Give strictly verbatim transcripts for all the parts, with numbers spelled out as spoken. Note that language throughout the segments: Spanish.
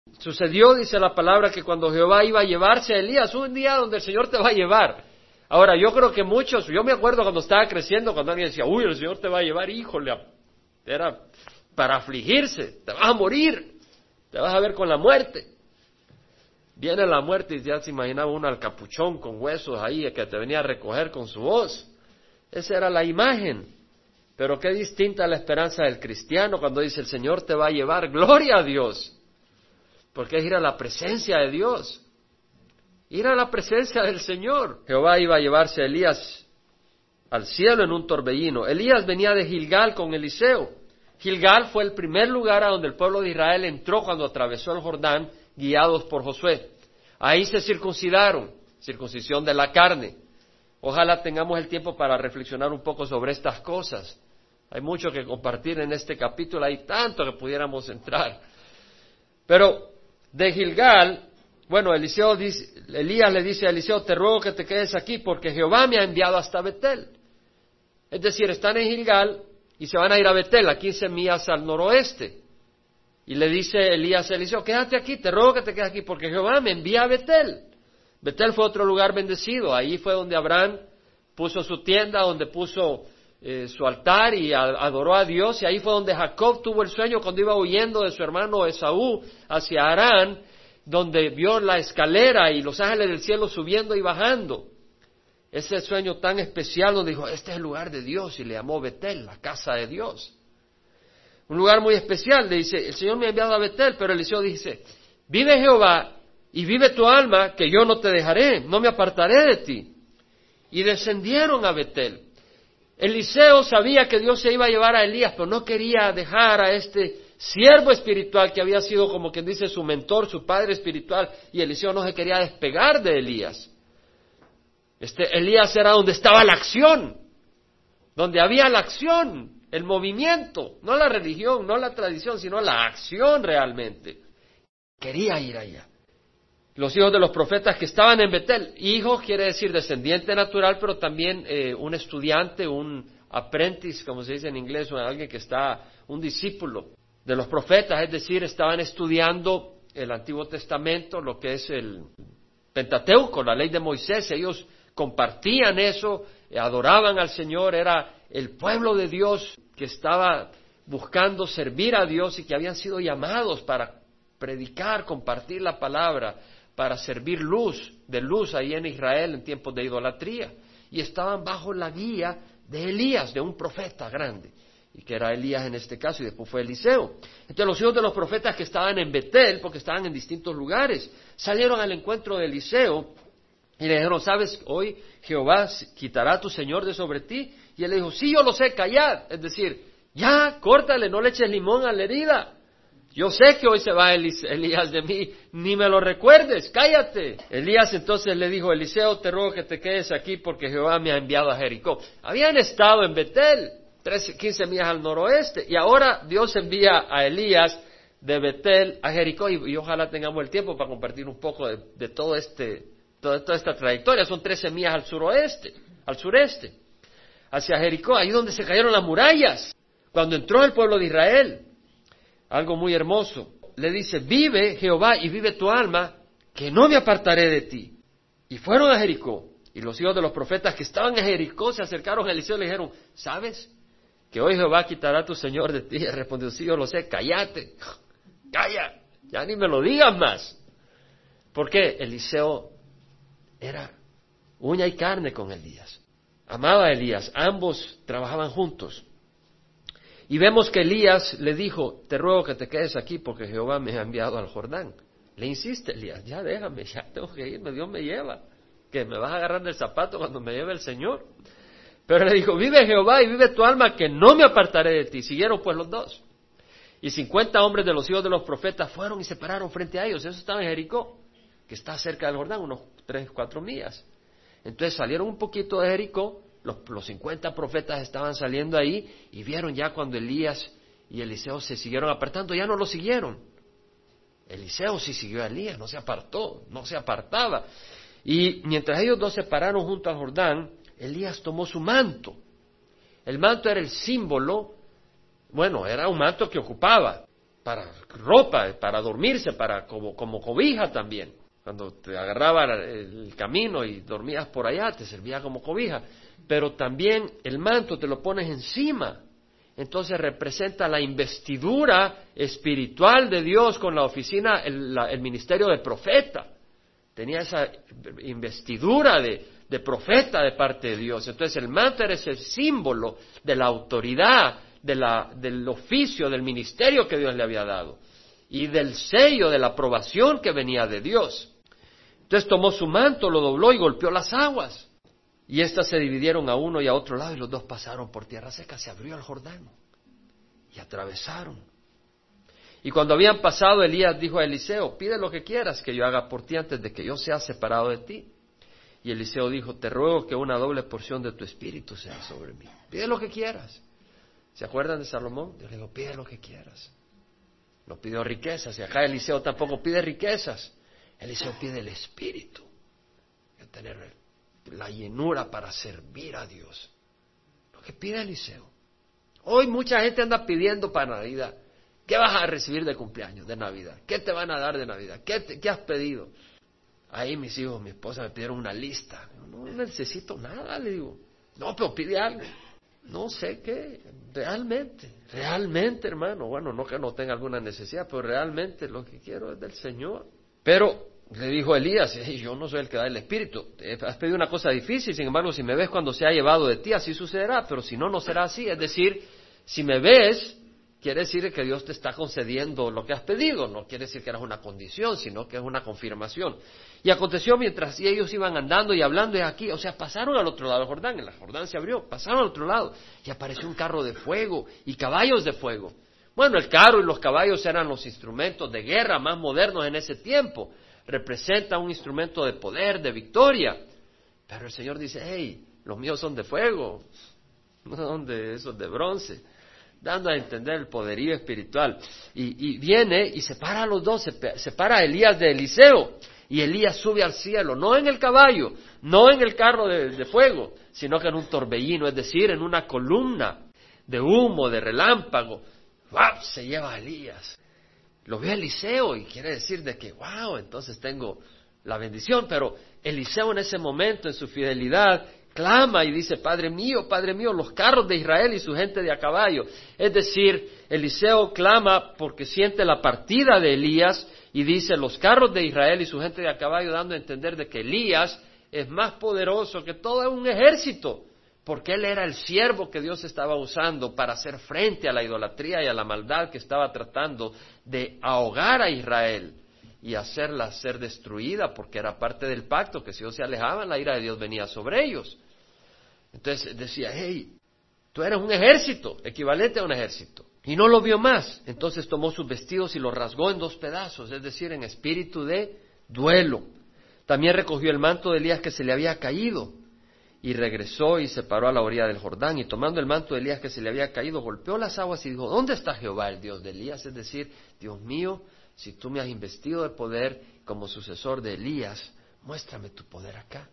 Sucedió, dice la palabra, que cuando Jehová iba a llevarse a Elías, un día donde el Señor te va a llevar. Ahora, yo creo que muchos, yo me acuerdo cuando estaba creciendo, cuando alguien decía, uy, el Señor te va a llevar, híjole, era para afligirse, te vas a morir, te vas a ver con la muerte. Viene la muerte y ya se imaginaba uno al capuchón con huesos ahí, que te venía a recoger con su voz. Esa era la imagen. Pero qué distinta la esperanza del cristiano cuando dice, el Señor te va a llevar, gloria a Dios. Porque es ir a la presencia de Dios, ir a la presencia del Señor. Jehová iba a llevarse a Elías al cielo en un torbellino. Elías venía de Gilgal con Eliseo. Gilgal fue el primer lugar a donde el pueblo de Israel entró cuando atravesó el Jordán, guiados por Josué. Ahí se circuncidaron, circuncisión de la carne. Ojalá tengamos el tiempo para reflexionar un poco sobre estas cosas. Hay mucho que compartir en este capítulo, hay tanto que pudiéramos entrar. Pero de Gilgal, bueno, Eliseo dice, Elías le dice a Eliseo, te ruego que te quedes aquí porque Jehová me ha enviado hasta Betel. Es decir, están en Gilgal y se van a ir a Betel, a quince millas al noroeste. Y le dice Elías a Eliseo, quédate aquí, te ruego que te quedes aquí porque Jehová me envía a Betel. Betel fue otro lugar bendecido, ahí fue donde Abraham puso su tienda, donde puso eh, su altar y a, adoró a Dios, y ahí fue donde Jacob tuvo el sueño cuando iba huyendo de su hermano Esaú hacia Harán, donde vio la escalera y los ángeles del cielo subiendo y bajando. Ese sueño tan especial donde dijo, este es el lugar de Dios, y le llamó Betel, la casa de Dios. Un lugar muy especial, le dice, el Señor me ha enviado a Betel, pero Eliseo dice, vive Jehová y vive tu alma, que yo no te dejaré, no me apartaré de ti. Y descendieron a Betel. Eliseo sabía que Dios se iba a llevar a Elías, pero no quería dejar a este siervo espiritual que había sido, como quien dice, su mentor, su padre espiritual, y Eliseo no se quería despegar de Elías. Este Elías era donde estaba la acción, donde había la acción, el movimiento, no la religión, no la tradición, sino la acción realmente. Quería ir allá. Los hijos de los profetas que estaban en Betel, hijo quiere decir descendiente natural, pero también eh, un estudiante, un apprentice, como se dice en inglés, o alguien que está, un discípulo de los profetas, es decir, estaban estudiando el Antiguo Testamento, lo que es el Pentateuco, la ley de Moisés. Ellos compartían eso, adoraban al Señor, era el pueblo de Dios que estaba buscando servir a Dios y que habían sido llamados para predicar, compartir la palabra, para servir luz, de luz ahí en Israel en tiempos de idolatría. Y estaban bajo la guía de Elías, de un profeta grande, y que era Elías en este caso, y después fue Eliseo. Entonces los hijos de los profetas que estaban en Betel, porque estaban en distintos lugares, salieron al encuentro de Eliseo y le dijeron, ¿sabes? Hoy Jehová quitará a tu Señor de sobre ti. Y él le dijo, sí, yo lo sé, callad. Es decir, ya, córtale, no le eches limón a la herida. Yo sé que hoy se va Elías de mí, ni me lo recuerdes, cállate. Elías entonces le dijo, Eliseo, te ruego que te quedes aquí porque Jehová me ha enviado a Jericó. Habían estado en Betel, trece, quince millas al noroeste, y ahora Dios envía a Elías de Betel a Jericó, y, y ojalá tengamos el tiempo para compartir un poco de, de todo este, toda, toda esta trayectoria. Son trece millas al suroeste, al sureste, hacia Jericó, ahí donde se cayeron las murallas, cuando entró el pueblo de Israel. Algo muy hermoso. Le dice, vive Jehová y vive tu alma, que no me apartaré de ti. Y fueron a Jericó. Y los hijos de los profetas que estaban en Jericó se acercaron a Eliseo y le dijeron, ¿sabes que hoy Jehová quitará a tu Señor de ti? Y respondió, sí, yo lo sé, cállate, calla, ya ni me lo digas más. ¿Por qué? Eliseo era uña y carne con Elías. Amaba a Elías, ambos trabajaban juntos. Y vemos que Elías le dijo, te ruego que te quedes aquí porque Jehová me ha enviado al Jordán. Le insiste Elías, ya déjame, ya tengo que irme, Dios me lleva, que me vas a agarrar del zapato cuando me lleve el Señor. Pero le dijo, vive Jehová y vive tu alma, que no me apartaré de ti. Siguieron pues los dos. Y cincuenta hombres de los hijos de los profetas fueron y se pararon frente a ellos. Eso estaba en Jericó, que está cerca del Jordán, unos tres, cuatro millas. Entonces salieron un poquito de Jericó. Los, los cincuenta profetas estaban saliendo ahí y vieron ya cuando Elías y Eliseo se siguieron apartando, ya no lo siguieron. Eliseo sí siguió a Elías, no se apartó, no se apartaba. Y mientras ellos dos se pararon junto al Jordán, Elías tomó su manto. El manto era el símbolo, bueno, era un manto que ocupaba, para ropa, para dormirse, para como, como cobija también. Cuando te agarraba el camino y dormías por allá, te servía como cobija. Pero también el manto te lo pones encima. Entonces representa la investidura espiritual de Dios con la oficina, el, la, el ministerio de profeta. Tenía esa investidura de, de profeta de parte de Dios. Entonces el manto era ese símbolo de la autoridad, de la, del oficio, del ministerio que Dios le había dado. Y del sello de la aprobación que venía de Dios. Entonces tomó su manto, lo dobló y golpeó las aguas. Y éstas se dividieron a uno y a otro lado y los dos pasaron por tierra seca. Se abrió el Jordán y atravesaron. Y cuando habían pasado, Elías dijo a Eliseo, pide lo que quieras que yo haga por ti antes de que yo sea separado de ti. Y Eliseo dijo, te ruego que una doble porción de tu espíritu sea sobre mí. Pide lo que quieras. ¿Se acuerdan de Salomón? Yo le digo, pide lo que quieras. No pidió riquezas y acá Eliseo tampoco pide riquezas. Eliseo pide el espíritu, de tener la llenura para servir a Dios. Lo que pide Eliseo. Hoy mucha gente anda pidiendo para Navidad. ¿Qué vas a recibir de cumpleaños, de Navidad? ¿Qué te van a dar de Navidad? ¿Qué, te, qué has pedido? Ahí mis hijos, mi esposa me pidieron una lista. No necesito nada, le digo. No, pero pide algo. No sé qué, realmente, realmente, hermano. Bueno, no que no tenga alguna necesidad, pero realmente lo que quiero es del Señor. Pero le dijo Elías, hey, yo no soy el que da el espíritu. Has pedido una cosa difícil, sin embargo, si me ves cuando se ha llevado de ti, así sucederá. Pero si no, no será así. Es decir, si me ves, quiere decir que Dios te está concediendo lo que has pedido. No quiere decir que era una condición, sino que es una confirmación. Y aconteció mientras ellos iban andando y hablando de aquí, o sea, pasaron al otro lado del Jordán, el Jordán se abrió, pasaron al otro lado y apareció un carro de fuego y caballos de fuego. Bueno, el carro y los caballos eran los instrumentos de guerra más modernos en ese tiempo. Representa un instrumento de poder, de victoria. Pero el Señor dice, hey, los míos son de fuego, no son de esos de bronce, dando a entender el poderío espiritual. Y, y viene y separa a los dos, separa a Elías de Eliseo. Y Elías sube al cielo, no en el caballo, no en el carro de, de fuego, sino que en un torbellino, es decir, en una columna de humo, de relámpago. ¡Wow! Se lleva a Elías. Lo ve Eliseo y quiere decir de que, wow, entonces tengo la bendición. Pero Eliseo en ese momento, en su fidelidad, clama y dice, Padre mío, Padre mío, los carros de Israel y su gente de a caballo. Es decir, Eliseo clama porque siente la partida de Elías y dice, los carros de Israel y su gente de a caballo, dando a entender de que Elías es más poderoso que todo un ejército. Porque él era el siervo que Dios estaba usando para hacer frente a la idolatría y a la maldad que estaba tratando de ahogar a Israel y hacerla ser destruida, porque era parte del pacto, que si ellos se alejaban, la ira de Dios venía sobre ellos. Entonces decía, hey, tú eres un ejército, equivalente a un ejército. Y no lo vio más. Entonces tomó sus vestidos y los rasgó en dos pedazos, es decir, en espíritu de duelo. También recogió el manto de Elías que se le había caído. Y regresó y se paró a la orilla del Jordán, y tomando el manto de Elías que se le había caído, golpeó las aguas y dijo, ¿dónde está Jehová, el Dios de Elías? Es decir, Dios mío, si tú me has investido de poder como sucesor de Elías, muéstrame tu poder acá.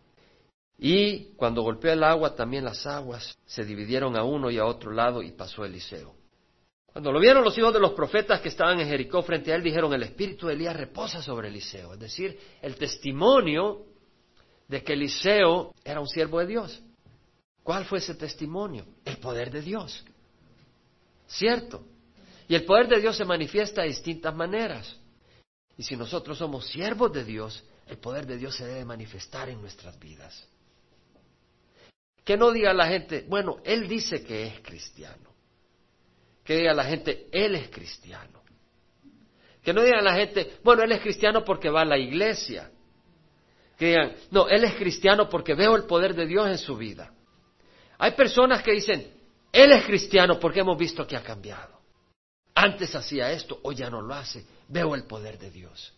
Y cuando golpeó el agua, también las aguas se dividieron a uno y a otro lado, y pasó Eliseo. Cuando lo vieron los hijos de los profetas que estaban en Jericó frente a él, dijeron, el espíritu de Elías reposa sobre Eliseo. Es decir, el testimonio de que Eliseo era un siervo de Dios. ¿Cuál fue ese testimonio? El poder de Dios. ¿Cierto? Y el poder de Dios se manifiesta de distintas maneras. Y si nosotros somos siervos de Dios, el poder de Dios se debe manifestar en nuestras vidas. Que no diga la gente, bueno, él dice que es cristiano. Que diga la gente, él es cristiano. Que no diga la gente, bueno, él es cristiano porque va a la iglesia. Que digan, no, él es cristiano porque veo el poder de Dios en su vida. Hay personas que dicen, él es cristiano porque hemos visto que ha cambiado. Antes hacía esto, hoy ya no lo hace. Veo el poder de Dios.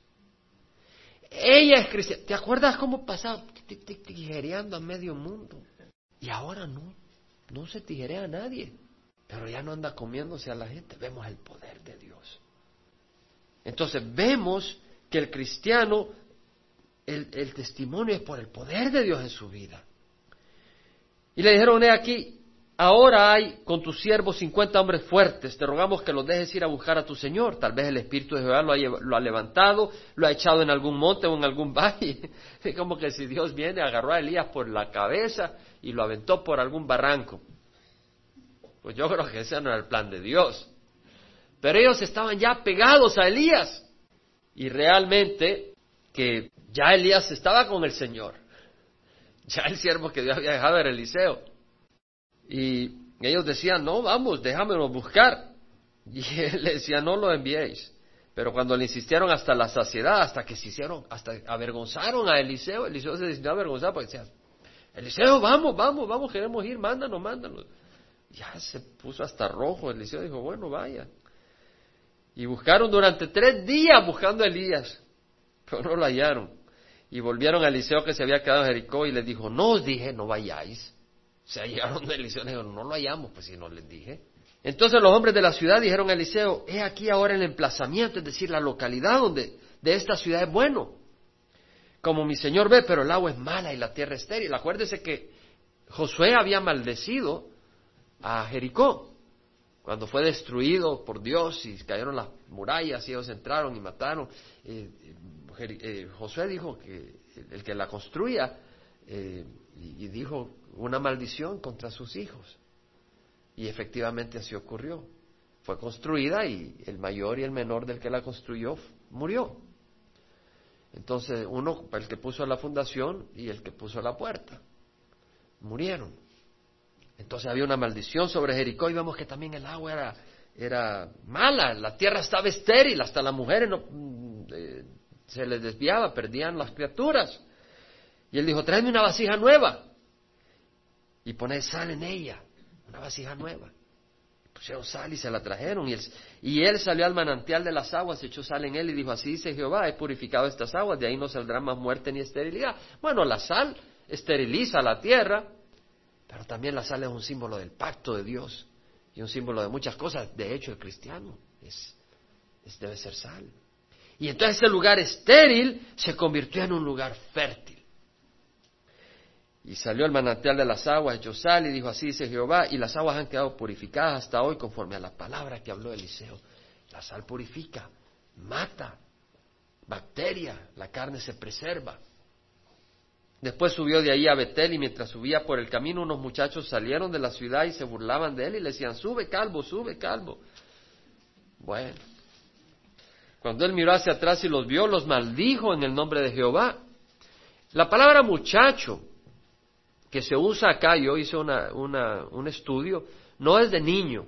Ella es cristiana. ¿Te acuerdas cómo pasaba tijereando a medio mundo? Y ahora no, no se tijerea a nadie. Pero ya no anda comiéndose a la gente. Vemos el poder de Dios. Entonces vemos que el cristiano, el, el testimonio es por el poder de Dios en su vida. Y le dijeron, he aquí, ahora hay con tus siervos cincuenta hombres fuertes, te rogamos que los dejes ir a buscar a tu señor. Tal vez el Espíritu de Jehová lo ha, lo ha levantado, lo ha echado en algún monte o en algún valle. Es como que si Dios viene, agarró a Elías por la cabeza y lo aventó por algún barranco. Pues yo creo que ese no era el plan de Dios. Pero ellos estaban ya pegados a Elías. Y realmente que ya Elías estaba con el Señor. Ya el siervo que Dios había dejado era Eliseo. Y ellos decían, no, vamos, déjamelo buscar. Y él le decía, no lo enviéis. Pero cuando le insistieron hasta la saciedad, hasta que se hicieron, hasta avergonzaron a Eliseo, Eliseo se decidió avergonzar porque decía, Eliseo, vamos, vamos, vamos, queremos ir, mándanos, mándanos. Ya se puso hasta rojo, Eliseo dijo, bueno, vaya. Y buscaron durante tres días buscando a Elías, pero no lo hallaron. Y volvieron a Eliseo que se había quedado en Jericó y les dijo, no os dije, no vayáis. O sea, llegaron de Eliseo y le dijeron, no lo hallamos, pues si no les dije. Entonces los hombres de la ciudad dijeron a Eliseo, he aquí ahora el emplazamiento, es decir, la localidad donde de esta ciudad es bueno. Como mi señor ve, pero el agua es mala y la tierra es estéril. Acuérdese que Josué había maldecido a Jericó cuando fue destruido por Dios y cayeron las murallas y ellos entraron y mataron. Eh, eh, Josué dijo que el que la construya eh, y, y dijo una maldición contra sus hijos. Y efectivamente así ocurrió. Fue construida y el mayor y el menor del que la construyó murió. Entonces uno, el que puso la fundación y el que puso la puerta, murieron. Entonces había una maldición sobre Jericó y vemos que también el agua era, era mala, la tierra estaba estéril, hasta las mujeres no, eh, se les desviaba, perdían las criaturas. Y él dijo, tráeme una vasija nueva y poned sal en ella, una vasija nueva. Pusieron sal y se la trajeron y él, y él salió al manantial de las aguas, echó sal en él y dijo, así dice Jehová, he purificado estas aguas, de ahí no saldrá más muerte ni esterilidad. Bueno, la sal esteriliza la tierra, pero también la sal es un símbolo del pacto de Dios y un símbolo de muchas cosas. De hecho, el cristiano es, es, debe ser sal. Y entonces ese lugar estéril se convirtió en un lugar fértil. Y salió el manantial de las aguas, echó sal y dijo, así dice Jehová, y las aguas han quedado purificadas hasta hoy conforme a la palabra que habló Eliseo. La sal purifica, mata bacterias, la carne se preserva. Después subió de ahí a Betel y mientras subía por el camino unos muchachos salieron de la ciudad y se burlaban de él y le decían, sube calvo, sube calvo. Bueno, cuando él miró hacia atrás y los vio, los maldijo en el nombre de Jehová. La palabra muchacho que se usa acá, yo hice una, una, un estudio, no es de niño,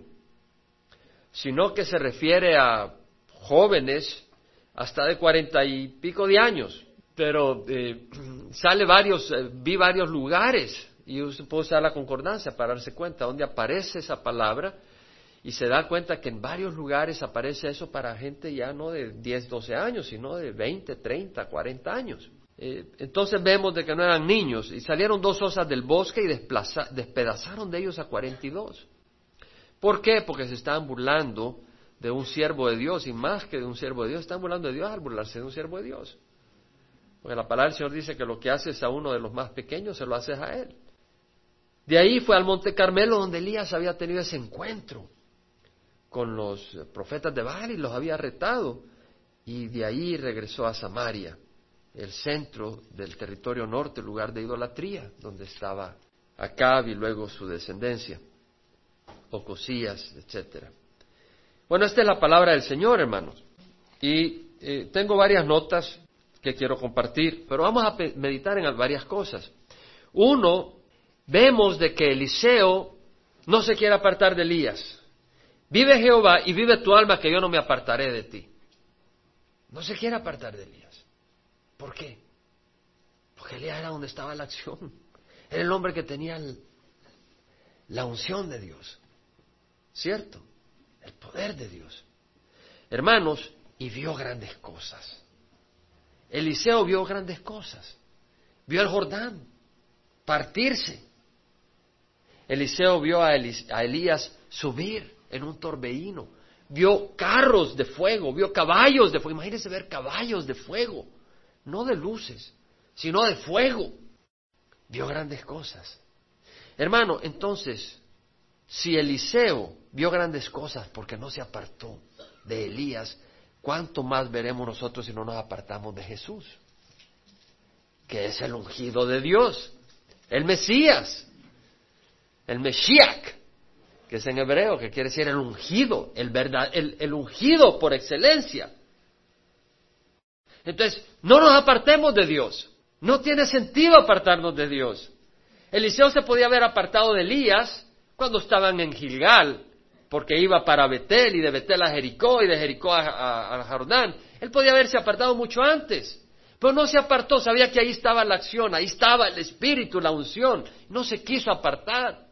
sino que se refiere a jóvenes hasta de cuarenta y pico de años. Pero eh, sale varios, eh, vi varios lugares, y usted puede usar la concordancia para darse cuenta donde aparece esa palabra, y se da cuenta que en varios lugares aparece eso para gente ya no de diez, doce años, sino de veinte, treinta, cuarenta años. Eh, entonces vemos de que no eran niños, y salieron dos osas del bosque y desplaza, despedazaron de ellos a cuarenta y dos. ¿Por qué? Porque se estaban burlando de un siervo de Dios, y más que de un siervo de Dios, están burlando de Dios al burlarse de un siervo de Dios. Porque la palabra del Señor dice que lo que haces a uno de los más pequeños, se lo haces a él. De ahí fue al Monte Carmelo, donde Elías había tenido ese encuentro con los profetas de Baal y los había retado. Y de ahí regresó a Samaria, el centro del territorio norte, lugar de idolatría, donde estaba Acab y luego su descendencia, Ocosías, etcétera. Bueno, esta es la palabra del Señor, hermanos. Y eh, tengo varias notas que quiero compartir, pero vamos a meditar en varias cosas. Uno, vemos de que Eliseo no se quiere apartar de Elías. Vive Jehová y vive tu alma que yo no me apartaré de ti. No se quiere apartar de Elías. ¿Por qué? Porque Elías era donde estaba la acción. Era el hombre que tenía el, la unción de Dios. ¿Cierto? El poder de Dios. Hermanos, y vio grandes cosas. Eliseo vio grandes cosas. Vio el Jordán partirse. Eliseo vio a, Elis, a Elías subir en un torbellino. Vio carros de fuego, vio caballos de fuego. Imagínense ver caballos de fuego, no de luces, sino de fuego. Vio grandes cosas. Hermano, entonces, si Eliseo vio grandes cosas porque no se apartó de Elías, ¿cuánto más veremos nosotros si no nos apartamos de Jesús? Que es el ungido de Dios, el Mesías, el Meshiach, que es en hebreo, que quiere decir el ungido, el verdad, el, el ungido por excelencia. Entonces, no nos apartemos de Dios. No tiene sentido apartarnos de Dios. Eliseo se podía haber apartado de Elías cuando estaban en Gilgal, porque iba para Betel, y de Betel a Jericó, y de Jericó a, a, a Jordán. Él podía haberse apartado mucho antes, pero no se apartó, sabía que ahí estaba la acción, ahí estaba el Espíritu, la unción, no se quiso apartar.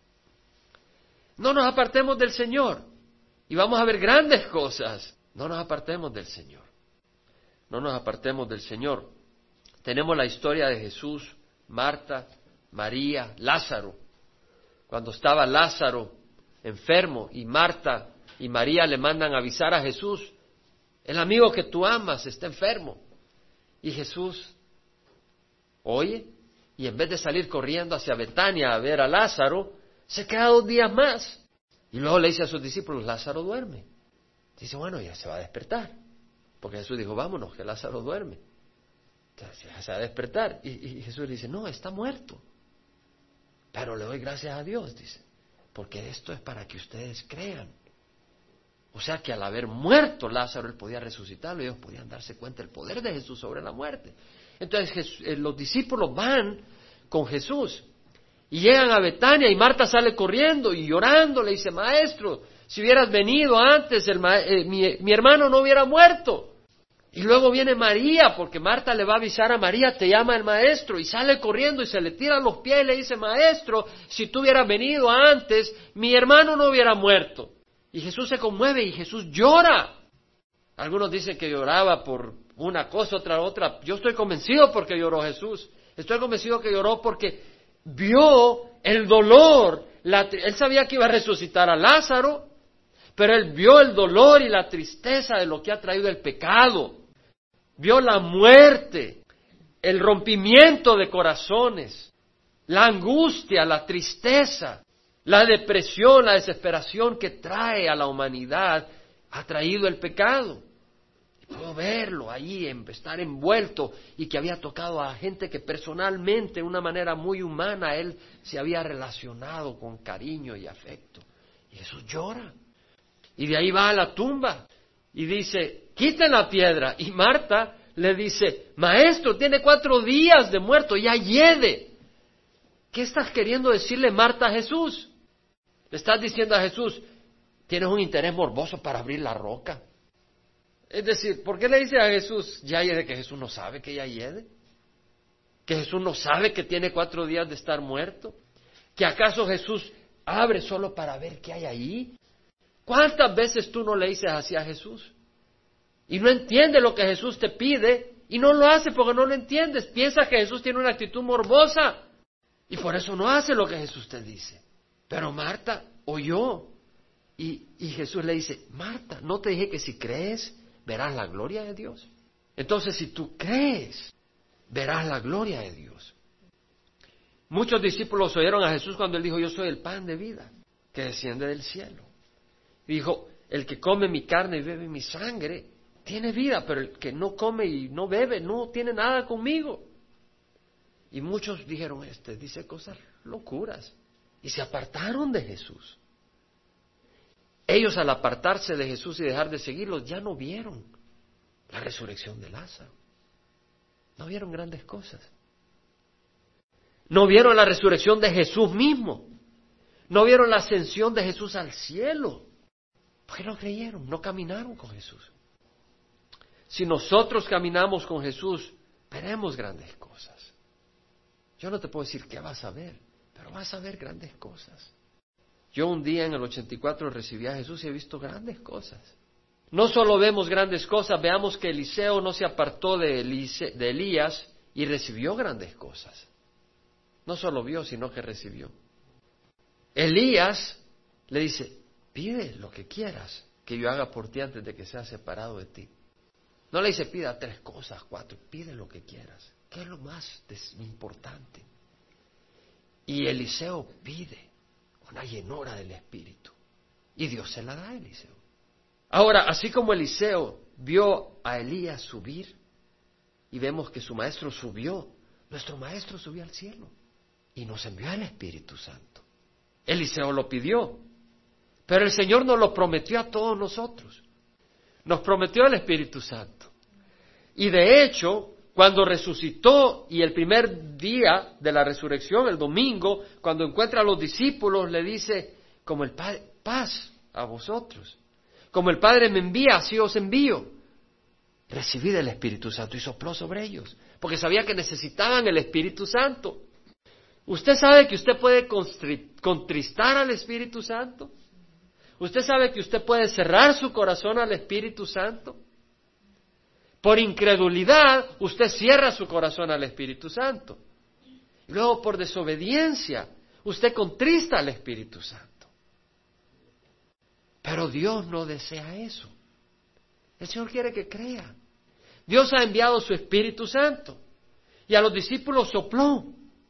No nos apartemos del Señor, y vamos a ver grandes cosas. No nos apartemos del Señor, no nos apartemos del Señor. Tenemos la historia de Jesús, Marta, María, Lázaro. Cuando estaba Lázaro enfermo y Marta y María le mandan avisar a Jesús, el amigo que tú amas está enfermo. Y Jesús oye, y en vez de salir corriendo hacia Betania a ver a Lázaro, se queda dos días más. Y luego le dice a sus discípulos, Lázaro duerme. Dice, bueno, ya se va a despertar. Porque Jesús dijo, vámonos, que Lázaro duerme. Entonces ya se va a despertar. Y, y Jesús le dice, no, está muerto. Pero le doy gracias a Dios, dice, porque esto es para que ustedes crean. O sea que al haber muerto Lázaro, él podía resucitarlo, y ellos podían darse cuenta del poder de Jesús sobre la muerte. Entonces Jesús, eh, los discípulos van con Jesús y llegan a Betania, y Marta sale corriendo y llorando, le dice, maestro, si hubieras venido antes, el ma- eh, mi, mi hermano no hubiera muerto. Y luego viene María, porque Marta le va a avisar a María, te llama el maestro, y sale corriendo y se le tira a los pies y le dice, maestro, si tú hubieras venido antes, mi hermano no hubiera muerto. Y Jesús se conmueve y Jesús llora. Algunos dicen que lloraba por una cosa, otra, otra. Yo estoy convencido porque lloró Jesús. Estoy convencido que lloró porque vio el dolor. La, él sabía que iba a resucitar a Lázaro, pero él vio el dolor y la tristeza de lo que ha traído el pecado. Vio la muerte, el rompimiento de corazones, la angustia, la tristeza, la depresión, la desesperación que trae a la humanidad, ha traído el pecado. Y puedo verlo ahí, estar envuelto, y que había tocado a gente que personalmente, de una manera muy humana, él se había relacionado con cariño y afecto. Y Jesús llora. Y de ahí va a la tumba y dice, quiten la piedra. Y Marta le dice, maestro, tiene cuatro días de muerto, ya hiede. ¿Qué estás queriendo decirle, Marta, a Jesús? Le estás diciendo a Jesús, tienes un interés morboso para abrir la roca. Es decir, ¿por qué le dice a Jesús, ya hiede, que Jesús no sabe que ya hiede? ¿Que Jesús no sabe que tiene cuatro días de estar muerto? ¿Que acaso Jesús abre solo para ver qué hay ahí? ¿Cuántas veces tú no le dices así a Jesús? Y no entiende lo que Jesús te pide, y no lo hace porque no lo entiendes. Piensa que Jesús tiene una actitud morbosa, y por eso no hace lo que Jesús te dice. Pero Marta oyó, y, y Jesús le dice, Marta, ¿no te dije que si crees, verás la gloria de Dios? Entonces, si tú crees, verás la gloria de Dios. Muchos discípulos oyeron a Jesús cuando él dijo, yo soy el pan de vida, que desciende del cielo. Dijo, el que come mi carne y bebe mi sangre, tiene vida, pero el que no come y no bebe, no tiene nada conmigo. Y muchos dijeron, este dice cosas locuras, y se apartaron de Jesús. Ellos, al apartarse de Jesús y dejar de seguirlos, ya no vieron la resurrección de Lázaro. No vieron grandes cosas. No vieron la resurrección de Jesús mismo. No vieron la ascensión de Jesús al cielo. ¿Por qué no creyeron? No caminaron con Jesús. Si nosotros caminamos con Jesús, veremos grandes cosas. Yo no te puedo decir qué vas a ver, pero vas a ver grandes cosas. Yo un día en el ochenta y cuatro recibí a Jesús y he visto grandes cosas. No solo vemos grandes cosas, veamos que Eliseo no se apartó de, Elise, de Elías y recibió grandes cosas. No solo vio, sino que recibió. Elías le dice, pide lo que quieras que yo haga por ti antes de que sea separado de ti. No le dice, pida tres cosas, cuatro, pide lo que quieras. ¿Qué es lo más importante? Y Eliseo pide. una llenura del Espíritu. Y Dios se la da a Eliseo. Ahora, así como Eliseo vio a Elías subir, y vemos que su maestro subió, nuestro maestro subió al cielo y nos envió el Espíritu Santo. Eliseo lo pidió, pero el Señor nos lo prometió a todos nosotros. Nos prometió el Espíritu Santo. Y de hecho, cuando resucitó y el primer día de la resurrección, el domingo, cuando encuentra a los discípulos, le dice, como el Padre, paz a vosotros. Como el Padre me envía, así os envío. Recibid el Espíritu Santo, y sopló sobre ellos, porque sabía que necesitaban el Espíritu Santo. ¿Usted sabe que usted puede contristar al Espíritu Santo? ¿Usted sabe que usted puede cerrar su corazón al Espíritu Santo? Por incredulidad, usted cierra su corazón al Espíritu Santo. Y luego, por desobediencia, usted contrista al Espíritu Santo. Pero Dios no desea eso. El Señor quiere que crea. Dios ha enviado su Espíritu Santo. Y a los discípulos sopló.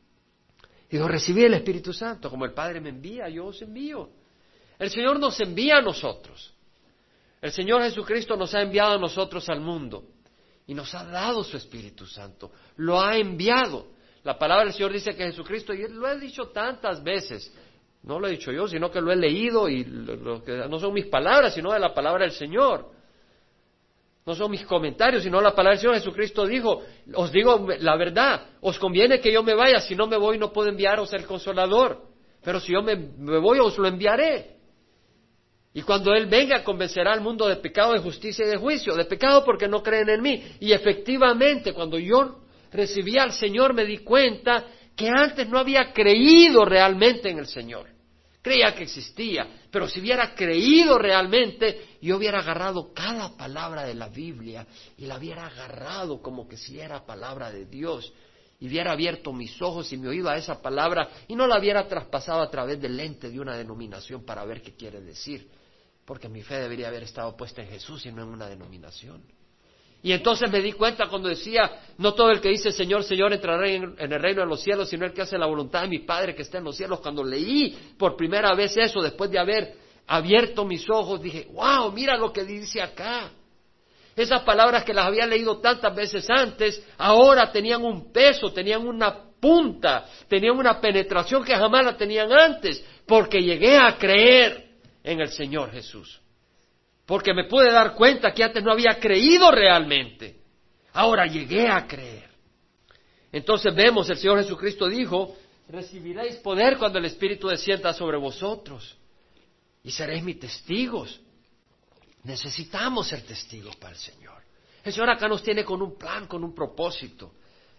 Y dijo, recibí el Espíritu Santo. Como el Padre me envía, yo os envío. El Señor nos envía a nosotros. El Señor Jesucristo nos ha enviado a nosotros al mundo. Y nos ha dado su Espíritu Santo. Lo ha enviado. La palabra del Señor dice que Jesucristo, y lo he dicho tantas veces, no lo he dicho yo, sino que lo he leído, y lo, lo que no son mis palabras, sino de la palabra del Señor. No son mis comentarios, sino la palabra del Señor. Jesucristo dijo, os digo la verdad, os conviene que yo me vaya, si no me voy no puedo enviaros el Consolador, pero si yo me, me voy os lo enviaré. Y cuando Él venga convencerá al mundo de pecado, de justicia y de juicio. De pecado porque no creen en mí. Y efectivamente, cuando yo recibí al Señor me di cuenta que antes no había creído realmente en el Señor. Creía que existía, pero si hubiera creído realmente, yo hubiera agarrado cada palabra de la Biblia y la hubiera agarrado como que si era palabra de Dios, y hubiera abierto mis ojos y mi oído a esa palabra y no la hubiera traspasado a través del lente de una denominación para ver qué quiere decir, porque mi fe debería haber estado puesta en Jesús y no en una denominación. Y entonces me di cuenta cuando decía, no todo el que dice Señor, Señor entrará en, en el reino de los cielos, sino el que hace la voluntad de mi Padre que está en los cielos. Cuando leí por primera vez eso, después de haber abierto mis ojos, dije, wow, mira lo que dice acá. Esas palabras que las había leído tantas veces antes, ahora tenían un peso, tenían una punta, tenían una penetración que jamás la tenían antes, porque llegué a creer en el Señor Jesús. Porque me pude dar cuenta que antes no había creído realmente. Ahora llegué a creer. Entonces vemos, el Señor Jesucristo dijo, recibiréis poder cuando el Espíritu descienda sobre vosotros. Y seréis mis testigos. Necesitamos ser testigos para el Señor. El Señor acá nos tiene con un plan, con un propósito.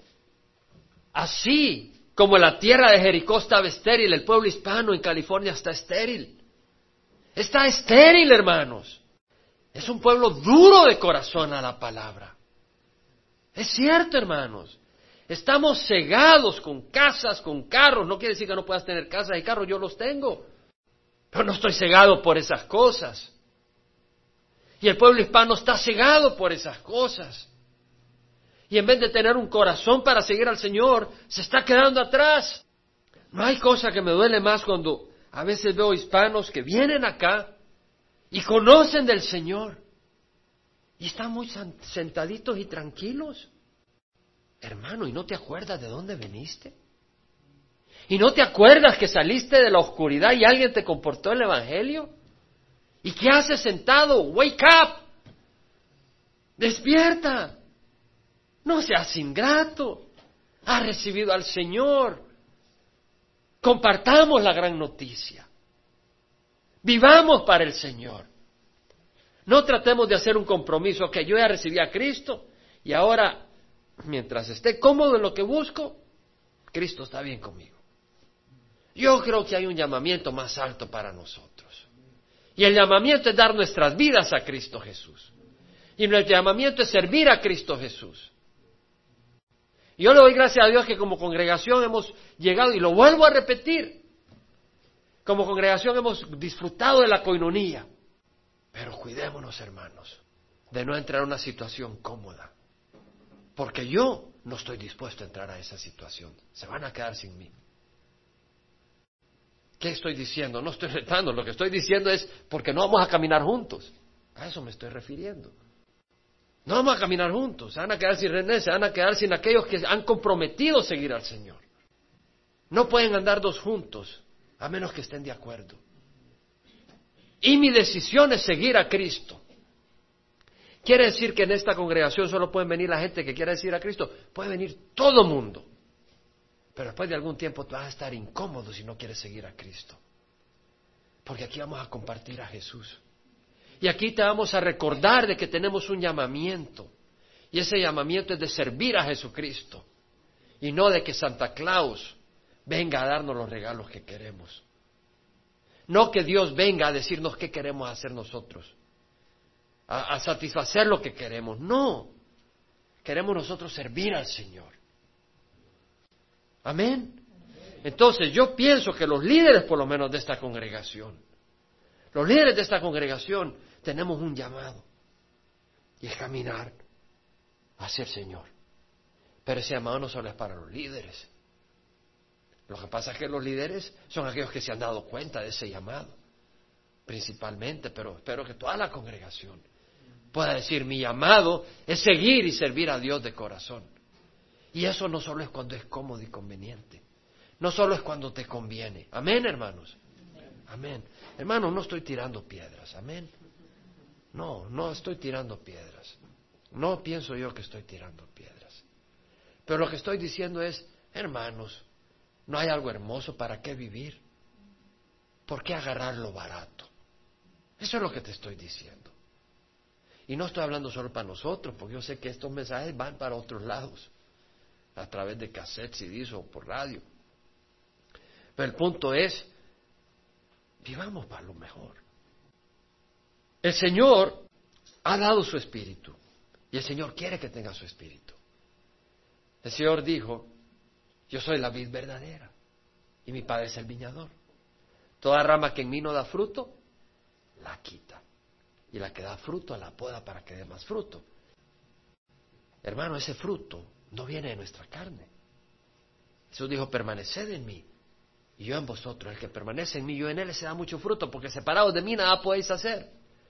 Así como la tierra de Jericó estaba estéril, el pueblo hispano en California está estéril. Está estéril, hermanos. Es un pueblo duro de corazón a la palabra. Es cierto, hermanos. Estamos cegados con casas, con carros. No quiere decir que no puedas tener casas y carros, yo los tengo. Pero no estoy cegado por esas cosas. Y el pueblo hispano está cegado por esas cosas. Y en vez de tener un corazón para seguir al Señor, se está quedando atrás. No hay cosa que me duele más cuando a veces veo hispanos que vienen acá y conocen del Señor y están muy sentaditos y tranquilos. Hermano, ¿y no te acuerdas de dónde veniste? ¿Y no te acuerdas que saliste de la oscuridad y alguien te comportó el Evangelio? ¿Y qué haces sentado? Wake up. Despierta. No seas ingrato. Has recibido al Señor. Compartamos la gran noticia. Vivamos para el Señor. No tratemos de hacer un compromiso que yo ya recibí a Cristo y ahora, mientras esté cómodo en lo que busco, Cristo está bien conmigo. Yo creo que hay un llamamiento más alto para nosotros. Y el llamamiento es dar nuestras vidas a Cristo Jesús. Y nuestro llamamiento es servir a Cristo Jesús. Y yo le doy gracias a Dios que como congregación hemos llegado, y lo vuelvo a repetir, como congregación hemos disfrutado de la coinonía. Pero cuidémonos, hermanos, de no entrar en una situación cómoda. Porque yo no estoy dispuesto a entrar a esa situación. Se van a quedar sin mí. ¿Qué estoy diciendo? No estoy retando, lo que estoy diciendo es porque no vamos a caminar juntos. A eso me estoy refiriendo. No vamos a caminar juntos, se van a quedar sin René, se van a quedar sin aquellos que han comprometido seguir al Señor. No pueden andar dos juntos, a menos que estén de acuerdo. Y mi decisión es seguir a Cristo. ¿Quiere decir que en esta congregación solo pueden venir la gente que quiera seguir a Cristo? Puede venir todo mundo. Pero después de algún tiempo te vas a estar incómodo si no quieres seguir a Cristo. Porque aquí vamos a compartir a Jesús. Y aquí te vamos a recordar de que tenemos un llamamiento. Y ese llamamiento es de servir a Jesucristo. Y no de que Santa Claus venga a darnos los regalos que queremos. No que Dios venga a decirnos qué queremos hacer nosotros. A, a satisfacer lo que queremos. No. Queremos nosotros servir al Señor. Amén. Entonces yo pienso que los líderes por lo menos de esta congregación, los líderes de esta congregación tenemos un llamado. Y es caminar hacia el Señor. Pero ese llamado no solo es para los líderes. Lo que pasa es que los líderes son aquellos que se han dado cuenta de ese llamado, principalmente, pero espero que toda la congregación pueda decir, mi llamado es seguir y servir a Dios de corazón. Y eso no solo es cuando es cómodo y conveniente, no solo es cuando te conviene. Amén, hermanos. Amén. Hermanos, no estoy tirando piedras, amén. No, no estoy tirando piedras. No pienso yo que estoy tirando piedras. Pero lo que estoy diciendo es, hermanos, ¿no hay algo hermoso para qué vivir? ¿Por qué agarrar lo barato? Eso es lo que te estoy diciendo. Y no estoy hablando solo para nosotros, porque yo sé que estos mensajes van para otros lados, a través de cassettes, C Ds o por radio. Pero el punto es, vivamos para lo mejor. El Señor ha dado su espíritu, y el Señor quiere que tenga su espíritu. El Señor dijo, yo soy la vid verdadera, y mi Padre es el viñador. Toda rama que en mí no da fruto, la quita. Y la que da fruto, la poda para que dé más fruto. Hermano, ese fruto no viene de nuestra carne. Jesús dijo, permaneced en mí, y yo en vosotros. El que permanece en mí, yo en él, se da mucho fruto, porque separados de mí nada podéis hacer.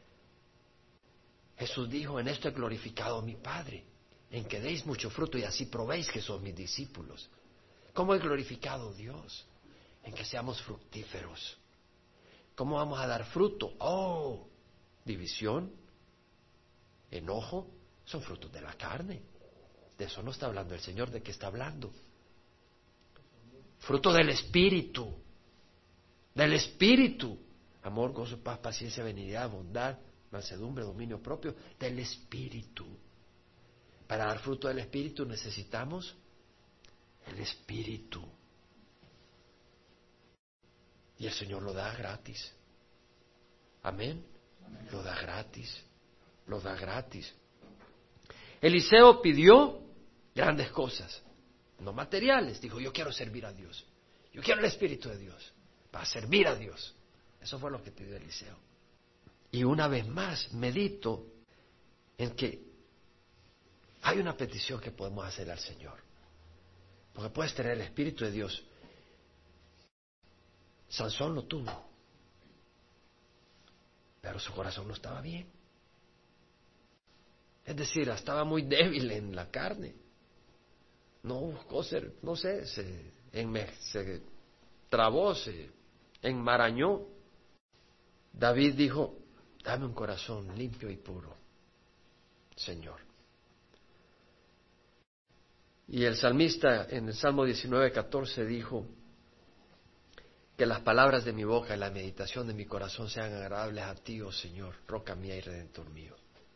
Jesús dijo, en esto he glorificado a mi Padre, en que deis mucho fruto y así probéis que sois mis discípulos. ¿Cómo he glorificado a Dios? En que seamos fructíferos. ¿Cómo vamos a dar fruto? Oh, división, enojo, son frutos de la carne. De eso no está hablando el Señor. ¿De qué está hablando? Fruto del Espíritu. Del Espíritu. Amor, gozo, paz, paciencia, benignidad, bondad, mansedumbre, dominio propio. Del Espíritu. Para dar fruto del Espíritu necesitamos el Espíritu. Y el Señor lo da gratis. Amén. Amén. Lo da gratis. Lo da gratis. Eliseo pidió grandes cosas, no materiales. Dijo, yo quiero servir a Dios. Yo quiero el Espíritu de Dios para servir a Dios. Eso fue lo que pidió Eliseo. Y una vez más medito en que hay una petición que podemos hacer al Señor. Porque puedes tener el Espíritu de Dios. Sansón lo tuvo, pero su corazón no estaba bien. Es decir, estaba muy débil en la carne. No buscó ser, no sé, se, enme, se trabó, se enmarañó. David dijo, dame un corazón limpio y puro, Señor. Y el salmista en el Salmo diecinueve, catorce dijo, que las palabras de mi boca y la meditación de mi corazón sean agradables a ti, oh Señor, roca mía y redentor mío.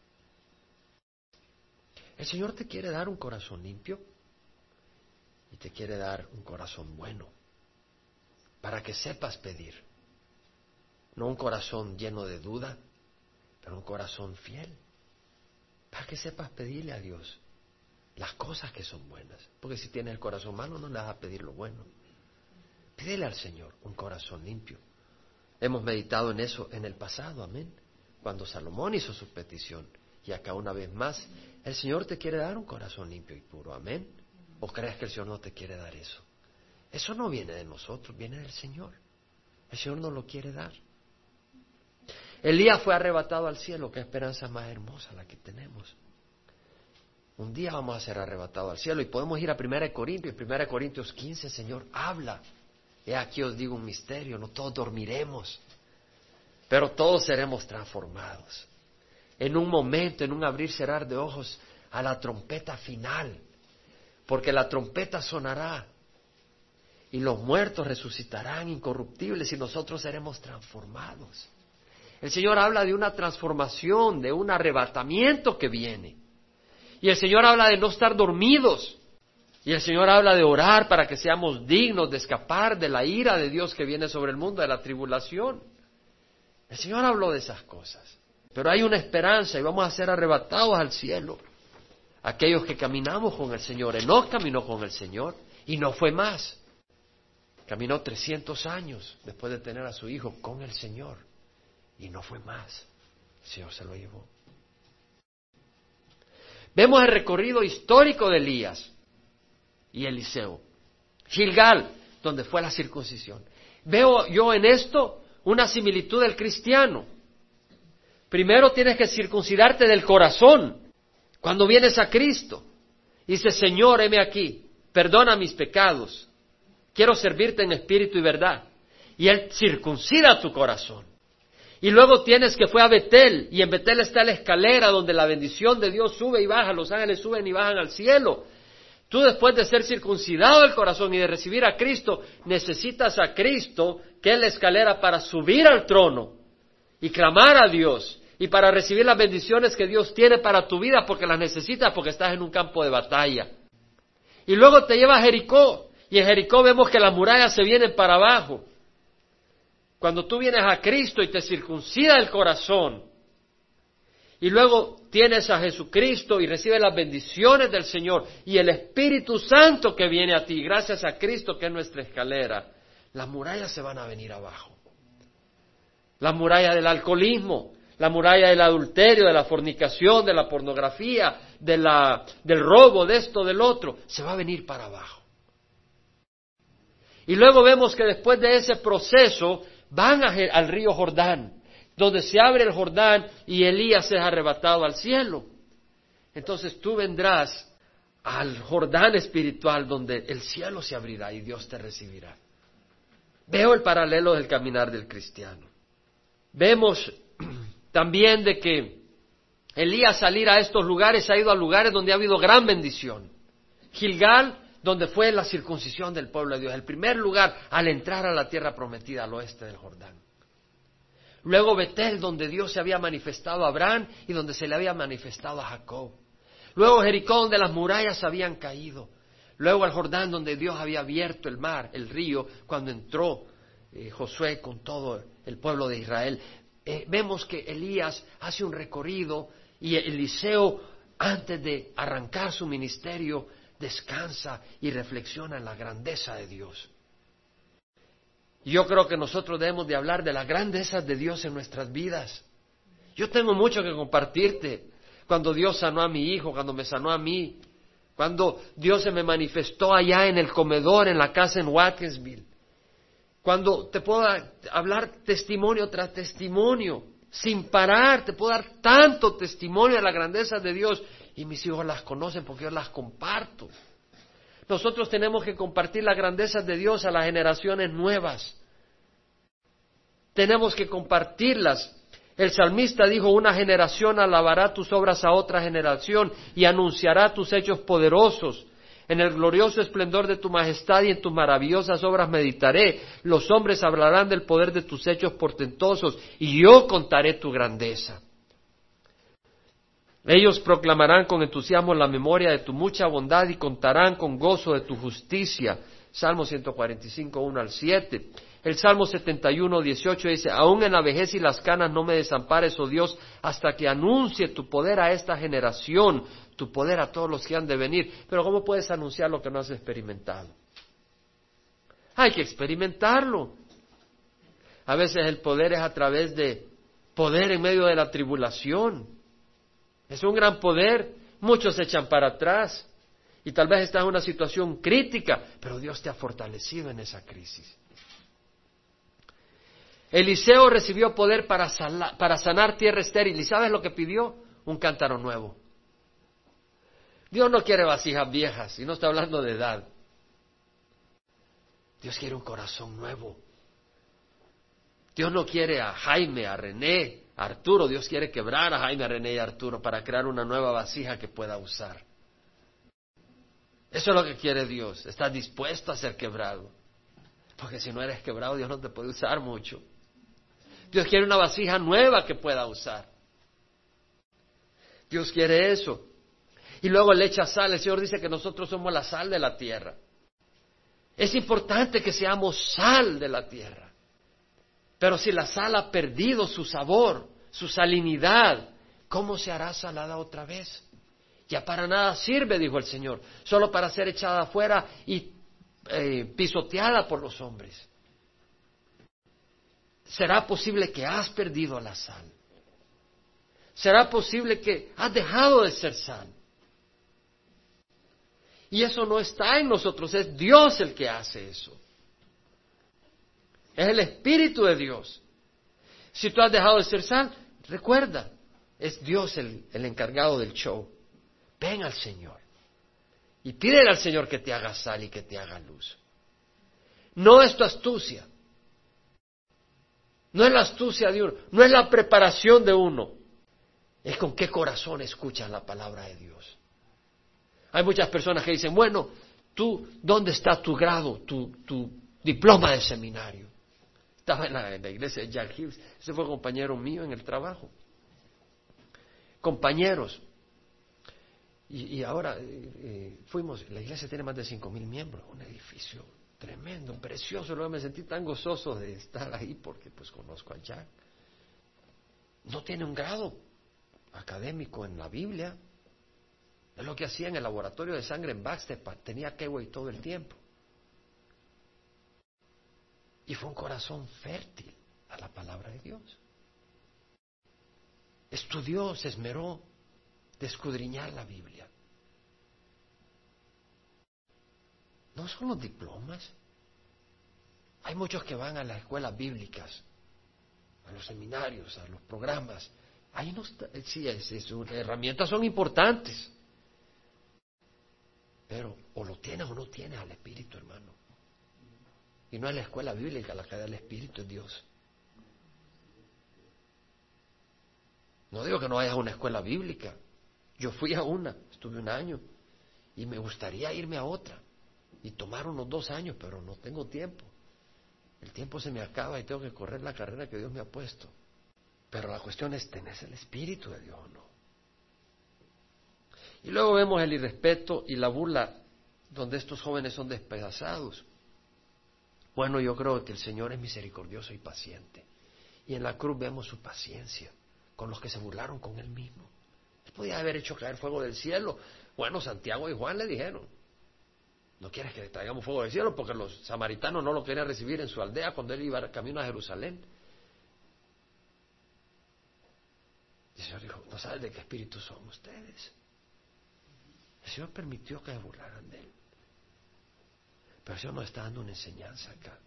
El Señor te quiere dar un corazón limpio y te quiere dar un corazón bueno para que sepas pedir. No un corazón lleno de duda, pero un corazón fiel para que sepas pedirle a Dios las cosas que son buenas. Porque si tienes el corazón malo no le vas a pedir lo bueno. Pídele al Señor un corazón limpio. Hemos meditado en eso en el pasado, amén. Cuando Salomón hizo su petición. Y acá una vez más, el Señor te quiere dar un corazón limpio y puro, amén. ¿O crees que el Señor no te quiere dar eso? Eso no viene de nosotros, viene del Señor. El Señor no lo quiere dar. Elías fue arrebatado al cielo. Qué esperanza más hermosa la que tenemos. Un día vamos a ser arrebatados al cielo y podemos ir a primera de Corintios. En primera de Corintios quince, Señor, habla. He aquí os digo un misterio, no todos dormiremos, pero todos seremos transformados. En un momento, en un abrir y cerrar de ojos, a la trompeta final. Porque la trompeta sonará y los muertos resucitarán incorruptibles y nosotros seremos transformados. El Señor habla de una transformación, de un arrebatamiento que viene. Y el Señor habla de no estar dormidos. Y el Señor habla de orar para que seamos dignos de escapar de la ira de Dios que viene sobre el mundo, de la tribulación. El Señor habló de esas cosas. Pero hay una esperanza y vamos a ser arrebatados al cielo. Aquellos que caminamos con el Señor. Enoc caminó con el Señor y no fue más. Caminó trescientos años después de tener a su hijo con el Señor y no fue más. El Señor se lo llevó. Vemos el recorrido histórico de Elías y Eliseo. Gilgal, donde fue la circuncisión. Veo yo en esto una similitud del cristiano. Primero tienes que circuncidarte del corazón. Cuando vienes a Cristo, dice, Señor, heme aquí, perdona mis pecados, quiero servirte en espíritu y verdad. Y Él circuncida tu corazón. Y luego tienes que fue a Betel, y en Betel está la escalera donde la bendición de Dios sube y baja, los ángeles suben y bajan al cielo. Tú después de ser circuncidado el corazón y de recibir a Cristo, necesitas a Cristo, que es la escalera para subir al trono y clamar a Dios. Y para recibir las bendiciones que Dios tiene para tu vida, porque las necesitas, porque estás en un campo de batalla. Y luego te lleva a Jericó, y en Jericó vemos que las murallas se vienen para abajo. Cuando tú vienes a Cristo y te circuncida el corazón, y luego tienes a Jesucristo y recibes las bendiciones del Señor, y el Espíritu Santo que viene a ti, gracias a Cristo que es nuestra escalera, las murallas se van a venir abajo. La muralla del alcoholismo, la muralla del adulterio, de la fornicación, de la pornografía, de la, del robo, de esto, del otro, se va a venir para abajo. Y luego vemos que después de ese proceso van a, al río Jordán, donde se abre el Jordán y Elías es arrebatado al cielo. Entonces tú vendrás al Jordán espiritual donde el cielo se abrirá y Dios te recibirá. Veo el paralelo del caminar del cristiano. Vemos también de que Elías al ir a estos lugares ha ido a lugares donde ha habido gran bendición. Gilgal, donde fue la circuncisión del pueblo de Dios, el primer lugar al entrar a la tierra prometida al oeste del Jordán. Luego Betel, donde Dios se había manifestado a Abraham y donde se le había manifestado a Jacob. Luego Jericó, donde las murallas habían caído. Luego al Jordán, donde Dios había abierto el mar, el río, cuando entró eh, Josué con todo el pueblo de Israel. Eh, vemos que Elías hace un recorrido y Eliseo, antes de arrancar su ministerio, descansa y reflexiona en la grandeza de Dios. Yo creo que nosotros debemos de hablar de las grandezas de Dios en nuestras vidas. Yo tengo mucho que compartirte. Cuando Dios sanó a mi hijo, cuando me sanó a mí, cuando Dios se me manifestó allá en el comedor, en la casa en Watkinsville. Cuando te puedo hablar testimonio tras testimonio, sin parar, te puedo dar tanto testimonio de la grandeza de Dios y mis hijos las conocen porque yo las comparto. Nosotros tenemos que compartir las grandezas de Dios a las generaciones nuevas. Tenemos que compartirlas. El salmista dijo, una generación alabará tus obras a otra generación y anunciará tus hechos poderosos. En el glorioso esplendor de tu majestad y en tus maravillosas obras meditaré. Los hombres hablarán del poder de tus hechos portentosos y yo contaré tu grandeza. Ellos proclamarán con entusiasmo la memoria de tu mucha bondad y contarán con gozo de tu justicia. Salmo ciento cuarenta y cinco, uno al siete. El Salmo setenta y uno, dieciocho dice, aún en la vejez y las canas no me desampares, oh Dios, hasta que anuncie tu poder a esta generación, tu poder a todos los que han de venir. Pero ¿cómo puedes anunciar lo que no has experimentado? Hay que experimentarlo. A veces el poder es a través de poder en medio de la tribulación. Es un gran poder. Muchos se echan para atrás. Y tal vez estás en una situación crítica, pero Dios te ha fortalecido en esa crisis. Eliseo recibió poder para, sala, para sanar tierra estéril. ¿Y sabes lo que pidió? Un cántaro nuevo. Dios no quiere vasijas viejas, y no está hablando de edad. Dios quiere un corazón nuevo. Dios no quiere a Jaime, a René, a Arturo. Dios quiere quebrar a Jaime, a René y a Arturo para crear una nueva vasija que pueda usar. Eso es lo que quiere Dios. Estás dispuesto a ser quebrado. Porque si no eres quebrado, Dios no te puede usar mucho. Dios quiere una vasija nueva que pueda usar. Dios quiere eso. Y luego le echa sal. El Señor dice que nosotros somos la sal de la tierra. Es importante que seamos sal de la tierra. Pero si la sal ha perdido su sabor, su salinidad, ¿cómo se hará salada otra vez? Ya para nada sirve, dijo el Señor, solo para ser echada afuera y eh, pisoteada por los hombres. ¿Será posible que has perdido la sal? ¿Será posible que has dejado de ser sal? Y eso no está en nosotros, es Dios el que hace eso. Es el Espíritu de Dios. Si tú has dejado de ser sal, recuerda, es Dios el, el encargado del show. Ven al Señor y pídele al Señor que te haga sal y que te haga luz. No es tu astucia, no es la astucia de uno, no es la preparación de uno, es con qué corazón escuchas la palabra de Dios. Hay muchas personas que dicen, bueno, tú, ¿dónde está tu grado, tu, tu diploma de seminario? Estaba en la, en la iglesia de Jack Hughes, ese fue compañero mío en el trabajo. Compañeros. Y, y ahora eh, eh, fuimos, la iglesia tiene más de cinco mil miembros, un edificio tremendo, precioso. Luego me sentí tan gozoso de estar ahí porque pues conozco a Jack. No tiene un grado académico en la Biblia. Es lo que hacía en el laboratorio de sangre en Baxter, tenía Keway todo el tiempo. Y fue un corazón fértil a la palabra de Dios. Estudió, se esmeró de escudriñar la Biblia. No son los diplomas. Hay muchos que van a las escuelas bíblicas, a los seminarios, a los programas. Ahí no está, sí, es, es, herramientas son importantes. Pero o lo tienes o no tienes al Espíritu, hermano. Y no es la escuela bíblica la que da el Espíritu, es Dios. No digo que no vayas a una escuela bíblica. Yo fui a una, estuve un año, y me gustaría irme a otra, y tomar unos dos años, pero no tengo tiempo. El tiempo se me acaba y tengo que correr la carrera que Dios me ha puesto. Pero la cuestión es, ¿tenés el Espíritu de Dios o no? Y luego vemos el irrespeto y la burla, donde estos jóvenes son despedazados. Bueno, yo creo que el Señor es misericordioso y paciente. Y en la cruz vemos su paciencia con los que se burlaron con Él mismo. Él podía haber hecho caer fuego del cielo. Bueno, Santiago y Juan le dijeron, no quieres que le traigamos fuego del cielo, porque los samaritanos no lo querían recibir en su aldea cuando Él iba camino a Jerusalén. Y el Señor dijo, ¿no sabes de qué espíritu son ustedes? El Señor permitió que se burlaran de Él. Pero el Señor nos está dando una enseñanza acá.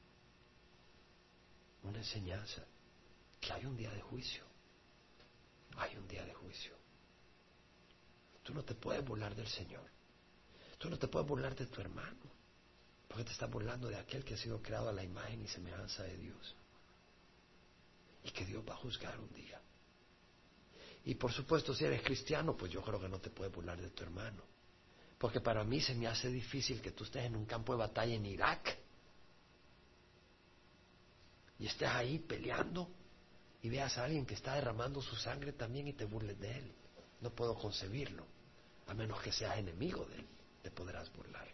Una enseñanza. Que hay un día de juicio. Hay un día de juicio. Tú no te puedes burlar del Señor. Tú no te puedes burlar de tu hermano. Porque te estás burlando de aquel que ha sido creado a la imagen y semejanza de Dios. Y que Dios va a juzgar un día. Y por supuesto, si eres cristiano, pues yo creo que no te puedes burlar de tu hermano. Porque para mí se me hace difícil que tú estés en un campo de batalla en Irak y estés ahí peleando y veas a alguien que está derramando su sangre también y te burles de él. No puedo concebirlo, a menos que seas enemigo de él, te podrás burlar.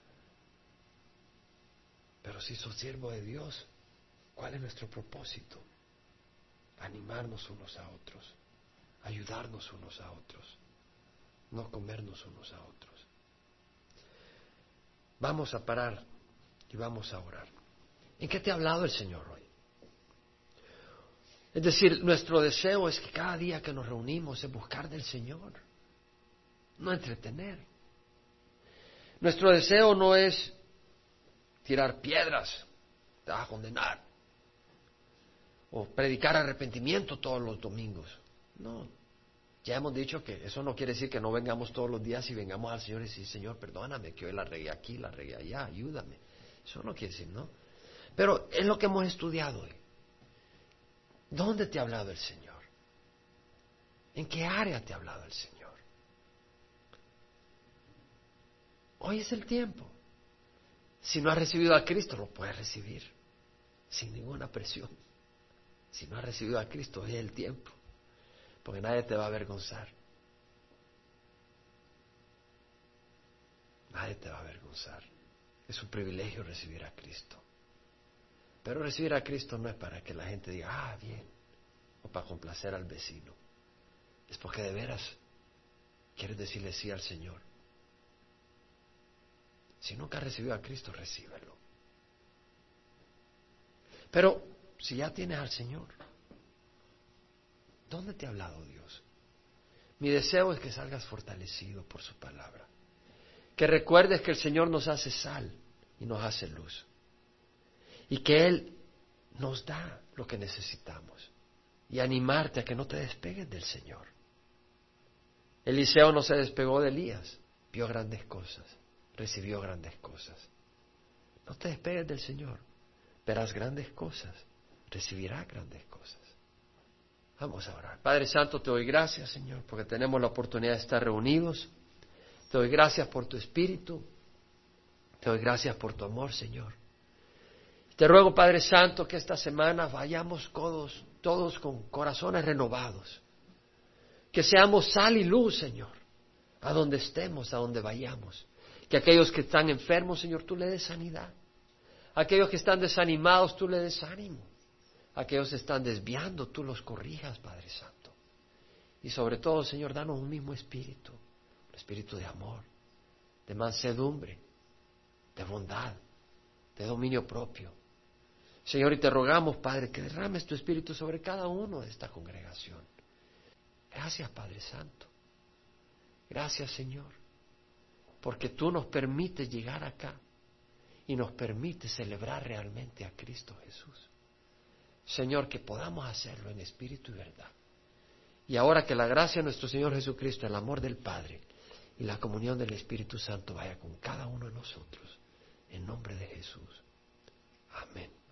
Pero si sos siervo de Dios, ¿cuál es nuestro propósito? Animarnos unos a otros, ayudarnos unos a otros, no comernos unos a otros. Vamos a parar y vamos a orar. ¿En qué te ha hablado el Señor hoy? Es decir, nuestro deseo es que cada día que nos reunimos es buscar del Señor, no entretener. Nuestro deseo no es tirar piedras, te vas a condenar. o predicar arrepentimiento todos los domingos. No, ya hemos dicho que eso no quiere decir que no vengamos todos los días y vengamos al Señor y decir, Señor, perdóname que hoy la regué aquí, la regué allá, ayúdame. Eso no quiere decir, ¿no? Pero es lo que hemos estudiado hoy. ¿Dónde te ha hablado el Señor? ¿En qué área te ha hablado el Señor? Hoy es el tiempo. Si no has recibido a Cristo, lo puedes recibir sin ninguna presión. Si no has recibido a Cristo, hoy es el tiempo, porque nadie te va a avergonzar. Nadie te va a avergonzar. Es un privilegio recibir a Cristo. Pero recibir a Cristo no es para que la gente diga, ah, bien, o para complacer al vecino. Es porque de veras quieres decirle sí al Señor. Si nunca has recibido a Cristo, recíbelo. Pero si ya tienes al Señor, ¿dónde te ha hablado Dios? Mi deseo es que salgas fortalecido por su palabra. Que recuerdes que el Señor nos hace sal y nos hace luz. Y que Él nos da lo que necesitamos. Y animarte a que no te despegues del Señor. Eliseo no se despegó de Elías. Vio grandes cosas. Recibió grandes cosas. No te despegues del Señor. Verás grandes cosas. Recibirás grandes cosas. Vamos a orar. Padre Santo, te doy gracias, Señor, porque tenemos la oportunidad de estar reunidos. Te doy gracias por tu Espíritu. Te doy gracias por tu amor, Señor. Te ruego, Padre Santo, que esta semana vayamos todos, todos con corazones renovados. Que seamos sal y luz, Señor, a donde estemos, a donde vayamos. Que aquellos que están enfermos, Señor, tú le des sanidad. Aquellos que están desanimados, tú le des ánimo. Aquellos que están desviando, tú los corrijas, Padre Santo. Y sobre todo, Señor, danos un mismo espíritu. Un espíritu de amor, de mansedumbre, de bondad, de dominio propio. Señor, y te rogamos, Padre, que derrames tu espíritu sobre cada uno de esta congregación. Gracias, Padre Santo. Gracias, Señor, porque tú nos permites llegar acá y nos permites celebrar realmente a Cristo Jesús. Señor, que podamos hacerlo en espíritu y verdad. Y ahora que la gracia de nuestro Señor Jesucristo, el amor del Padre y la comunión del Espíritu Santo vaya con cada uno de nosotros. En nombre de Jesús. Amén.